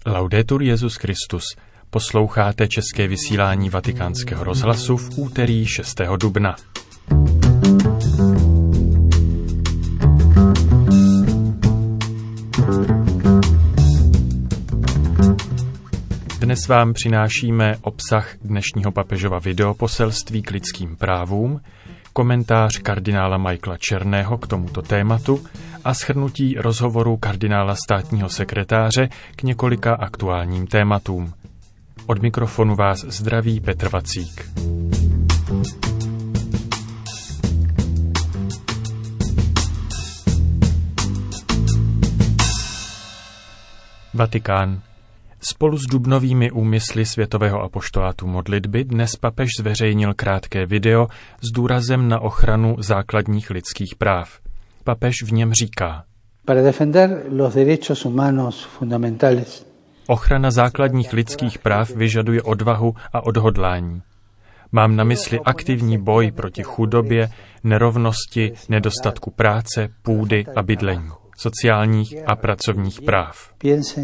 Laudetur Jesus Christus. Posloucháte české vysílání Vatikánského rozhlasu v úterý 6. dubna. Dnes vám přinášíme obsah dnešního papežova videoposelství k lidským právům, komentář kardinála Michaela Černého k tomuto tématu a shrnutí rozhovoru kardinála státního sekretáře k několika aktuálním tématům. Od mikrofonu vás zdraví Petr Vacík. Vatikán. Spolu s dubnovými úmysly Světového apoštolátu modlitby dnes papež zveřejnil krátké video s důrazem na ochranu základních lidských práv. Papež v něm říká: Ochrana základních lidských práv vyžaduje odvahu a odhodlání. Mám na mysli aktivní boj proti chudobě, nerovnosti, nedostatku práce, půdy a bydlení, sociálních a pracovních práv.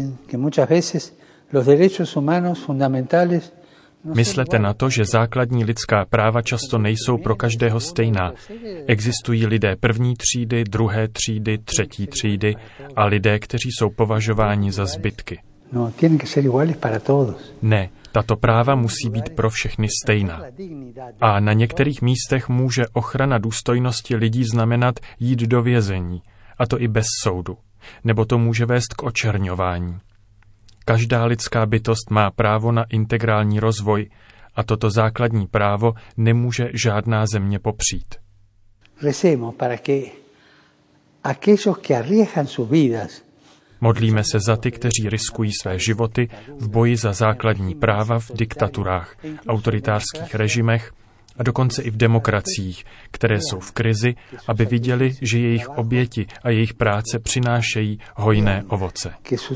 Myslete na to, že základní lidská práva často nejsou pro každého stejná. Existují lidé první třídy, druhé třídy, třetí třídy a lidé, kteří jsou považováni za zbytky. Ne, tato práva musí být pro všechny stejná. A na některých místech může ochrana důstojnosti lidí znamenat jít do vězení, a to i bez soudu, nebo to může vést k očerňování. Každá lidská bytost má právo na integrální rozvoj a toto základní právo nemůže žádná země popřít. Modlíme se za ty, kteří riskují své životy v boji za základní práva v diktaturách, autoritářských režimech a dokonce i v demokraciích, které jsou v krizi, aby viděli, že jejich oběti a jejich práce přinášejí hojné ovoce.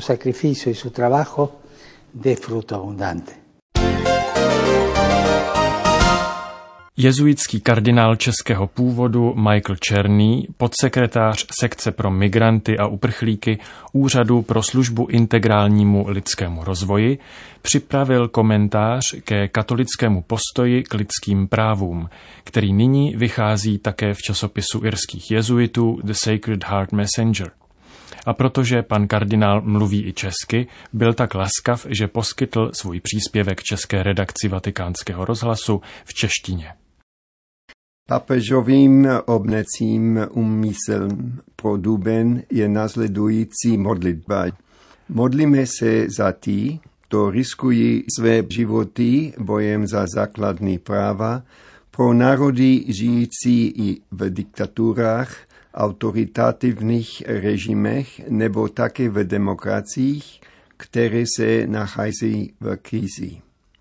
Jezuitský kardinál českého původu Michael Černý, podsekretář sekce pro migranty a uprchlíky Úřadu pro službu integrálnímu lidskému rozvoji, připravil komentář ke katolickému postoji k lidským právům, který nyní vychází také v časopisu irských jezuitů The Sacred Heart Messenger. A protože pan kardinál mluví i česky, byl tak laskav, že poskytl svůj příspěvek české redakci Vatikánského rozhlasu v češtině. Papežovým obecným úmyslem pro duben je následující modlitba. Modlíme se za ty, kdo riskují své životy bojem za základní práva, pro národy žijící i v diktaturách, autoritativních režimech nebo také v demokraciích, které se nacházejí v krizi.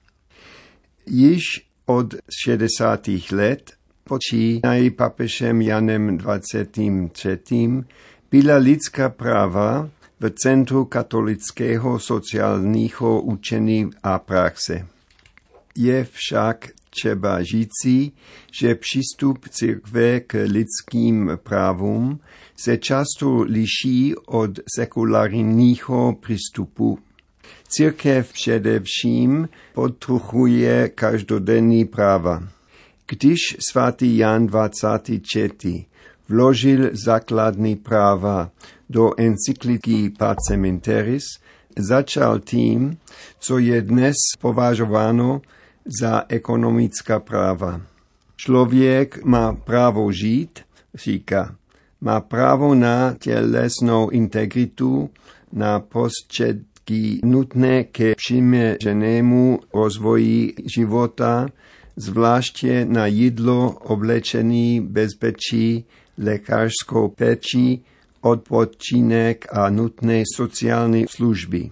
Již od 60. let počínají papežem Janem 23. byla lidská práva v centru katolického sociálního učení a praxe. Je však třeba říci, že přístup církve k lidským právům se často liší od sekulárního přístupu. Církev především podtrhuje každodenní práva. Když svatý Jan 23. vložil základní práva do encykliky Pacem in Terris, začal tím, co je dnes považováno za ekonomická práva. Člověk má právo žít, říká, má právo na tělesnou integritu, na prostředky nutné ke přiměřenému rozvoji života, zvláště na jídlo, oblečení, bezpečí, lékařskou péči, odpočinek a nutné sociální služby.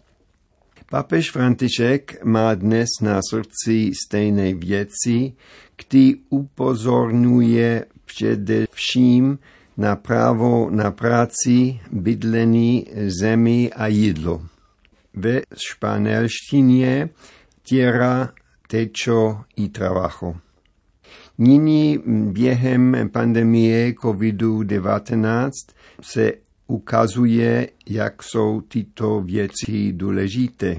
Papež František má dnes na srdci stejné věci, který upozorňuje především na právo na práci, bydlení, zemi a jídlo. Ve španělštině tierra, techo y trabajo. Nyní během pandemie COVID-19 se ukazuje, jak jsou tyto věci důležité.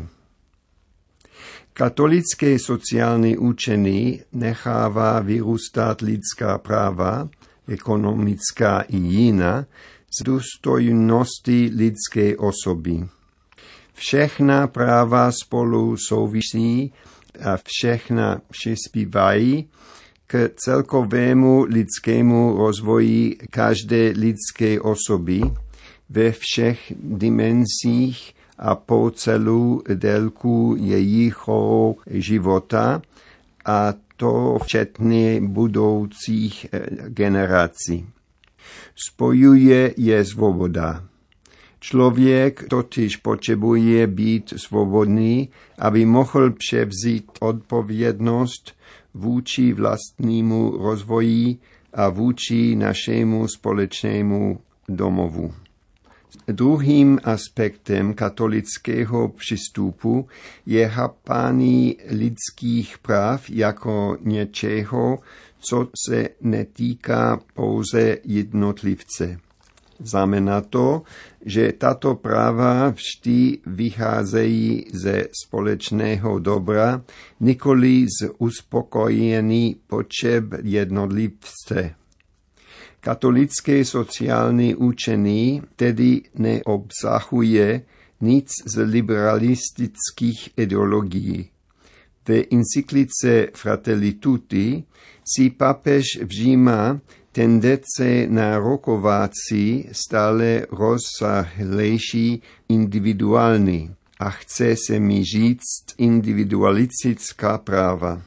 Katolické sociální učení nechává vyrůstat lidská práva, ekonomická i jiná, z důstojnosti lidské osoby. Všechna práva spolu souvisí a všechna přispívají k celkovému lidskému rozvoji každé lidské osoby ve všech dimenzích a po celou délku jejího života, a to včetně budoucích generací. Spojuje je svoboda. Člověk totiž potřebuje být svobodný, aby mohl převzít odpovědnost vůči vlastnímu rozvoji a vůči našemu společnému domovu. Druhým aspektem katolického přístupu je chápání lidských práv jako něčeho, co se netýká pouze jednotlivce. Znamená to, že tato práva vždy vycházejí ze společného dobra, nikoli z uspokojení potřeb jednotlivce. Katolické sociální učení tedy neobsahuje nic z liberalistických ideologií. Ve encyklice Fratelli Tutti si papež všímá tendence narokovací stále rozsáhlejší individuální a chce se mi říct individualistická práva.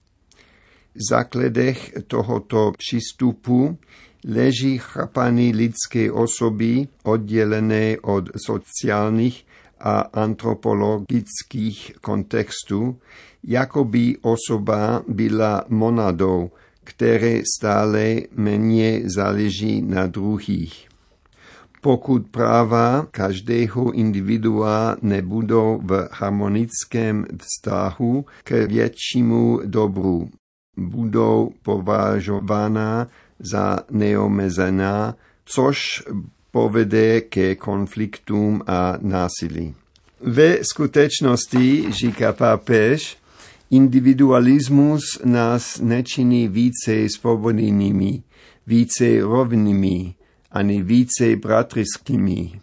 V základech tohoto přístupu leží chápání lidské osoby oddělené od sociálních a antropologických kontextů, jako by osoba byla monadou, které stále méně záleží na druhých. Pokud práva každého individua nebudou v harmonickém vztahu k většímu dobru, budou považována za neomezená, což povede ke konfliktům a násilí. Ve skutečnosti, říká papež, individualismus nás nečiní více svobodnými, více rovnými, ani více bratrskými.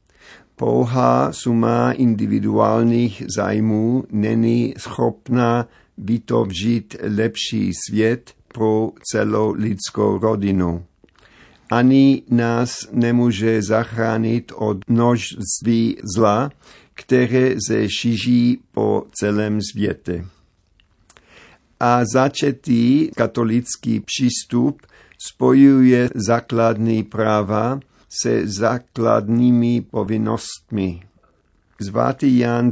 Pouhá suma individuálních zájmů není schopna vytvořit lepší svět pro celou lidskou rodinu. Ani nás nemůže zachránit od množství zla, které se šíří po celém světě. A začatý katolický přístup spojuje základní práva se základními povinnostmi. Svatý Jan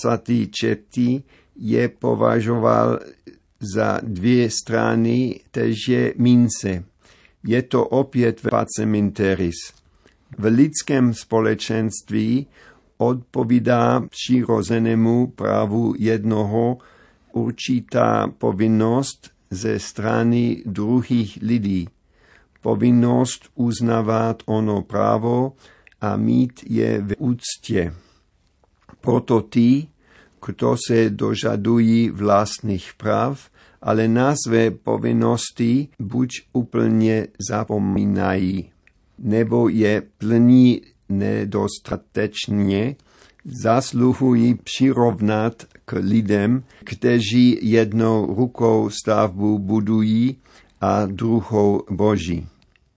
24. je považoval za dvě strany téže mince. Je to opět pacem in terris. V lidském společenství odpovídá přirozenému právu jednoho určitá povinnost ze strany druhých lidí. Povinnost uznávat ono právo a mít je v úctě. Proto ty, kdo se dožadují vlastních práv, ale na své povinnosti buď úplně zapomínají, nebo je plní nedostatečně, zasluhují přirovnat k lidem, kteří jednou rukou stavbu budují a druhou boží.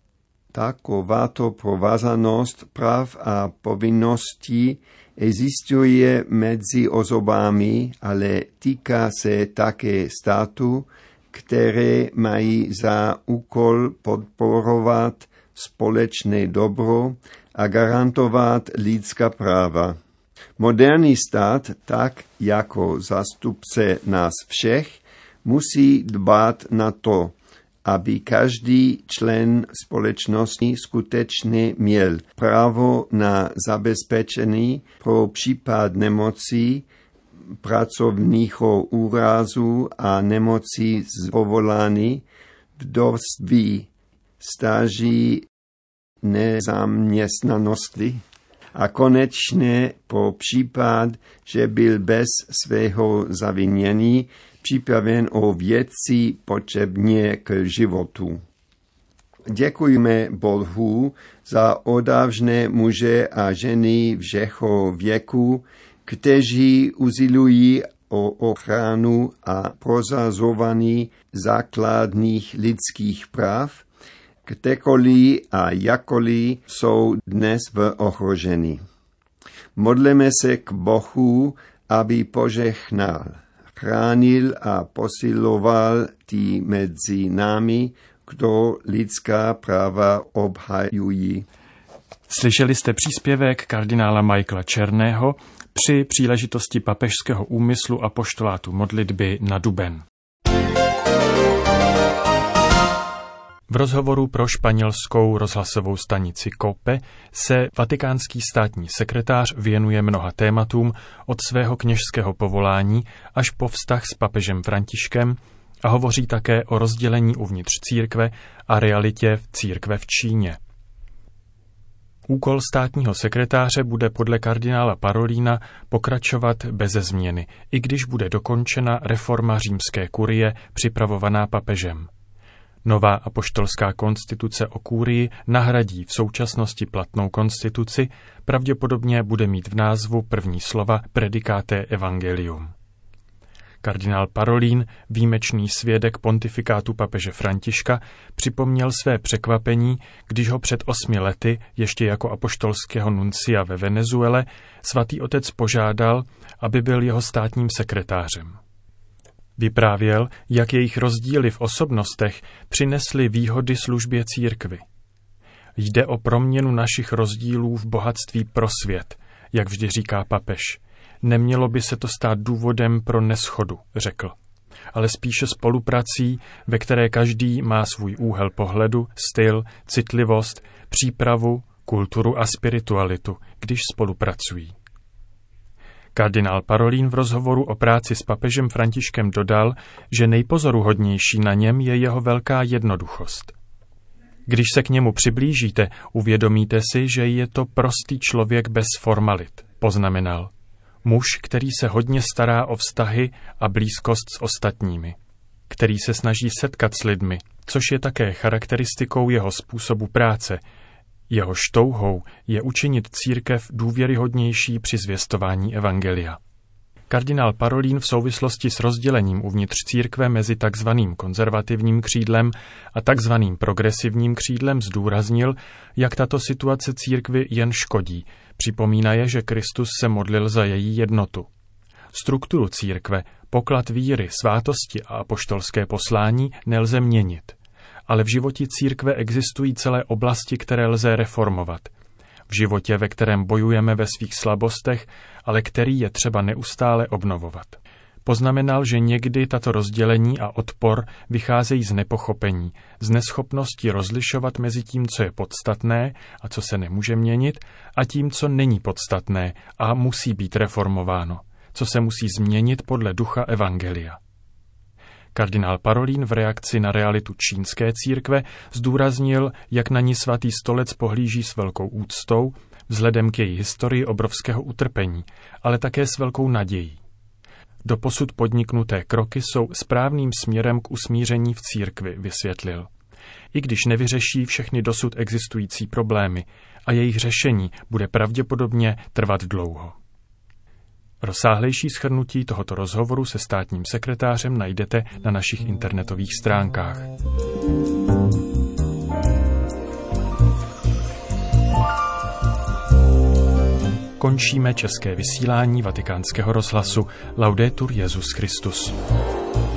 Takováto provázanost práv a povinností existuje mezi osobami, ale týká se také státu, které mají za úkol podporovat společné dobro a garantovat lidská práva. Moderní stát, tak jako zástupce nás všech, musí dbát na to, aby každý člen společnosti skutečně měl právo na zabezpečení pro případ nemocí, pracovního úrazu a nemocí z povolání, vdovství, stáří nezaměstnanosti a konečně po případ, že byl bez svého zavinění připraven o věci potřebné k životu. Děkujeme Bohu za odvážné muže a ženy všeho věku, kteří usilují o ochranu a prosazování základních lidských práv, kdekoliv a jakkoliv jsou dnes v ohrožení. Modleme se k Bohu, aby požehnal, chránil a posiloval ty mezi námi, kdo lidská práva obhajují. Slyšeli jste příspěvek kardinála Michaela Černého při příležitosti papežského úmyslu apoštolátu modlitby na duben. V rozhovoru pro španělskou rozhlasovou stanici COPE se vatikánský státní sekretář věnuje mnoha tématům od svého kněžského povolání až po vztah s papežem Františkem a hovoří také o rozdělení uvnitř církve a realitě v církve v Číně. Úkol státního sekretáře bude podle kardinála Parolína pokračovat beze změny, i když bude dokončena reforma římské kurie připravovaná papežem. Nová apoštolská konstituce o kurii nahradí v současnosti platnou konstituci, pravděpodobně bude mít v názvu první slova Predicate Evangelium. Kardinál Parolin, výjimečný svědek pontifikátu papeže Františka, připomněl své překvapení, když ho před 8 lety, ještě jako apoštolského nuncia ve Venezuele, svatý otec požádal, aby byl jeho státním sekretářem. Vyprávěl, jak jejich rozdíly v osobnostech přinesly výhody službě církvi. Jde o proměnu našich rozdílů v bohatství pro svět, jak vždy říká papež. Nemělo by se to stát důvodem pro neschodu, řekl, ale spíše spoluprací, ve které každý má svůj úhel pohledu, styl, citlivost, přípravu, kulturu a spiritualitu, když spolupracují. Kardinál Parolin v rozhovoru o práci s papežem Františkem dodal, že nejpozoruhodnější na něm je jeho velká jednoduchost. Když se k němu přiblížíte, uvědomíte si, že je to prostý člověk bez formalit, poznamenal. Muž, který se hodně stará o vztahy a blízkost s ostatními, který se snaží setkat s lidmi, což je také charakteristikou jeho způsobu práce. Jeho touhou je učinit církev důvěryhodnější při zvěstování evangelia. Kardinál Parolin v souvislosti s rozdělením uvnitř církve mezi takzvaným konzervativním křídlem a takzvaným progresivním křídlem zdůraznil, jak tato situace církvi jen škodí. Připomínaje, že Kristus se modlil za její jednotu. Strukturu církve, poklad víry, svátosti a apoštolské poslání nelze měnit. Ale v životě církve existují celé oblasti, které lze reformovat. V životě, ve kterém bojujeme ve svých slabostech, ale který je třeba neustále obnovovat. Poznamenal, že někdy tato rozdělení a odpor vycházejí z nepochopení, z neschopnosti rozlišovat mezi tím, co je podstatné a co se nemůže měnit, a tím, co není podstatné a musí být reformováno, co se musí změnit podle ducha evangelia. Kardinál Parolin v reakci na realitu čínské církve zdůraznil, jak na ní svatý stolec pohlíží s velkou úctou, vzhledem k její historii obrovského utrpení, ale také s velkou nadějí. Doposud podniknuté kroky jsou správným směrem k usmíření v církvi, vysvětlil. I když nevyřeší všechny dosud existující problémy a jejich řešení bude pravděpodobně trvat dlouho. Rozsáhlejší shrnutí tohoto rozhovoru se státním sekretářem najdete na našich internetových stránkách. Končíme české vysílání Vatikánského rozhlasu. Laudetur Jesus Christus.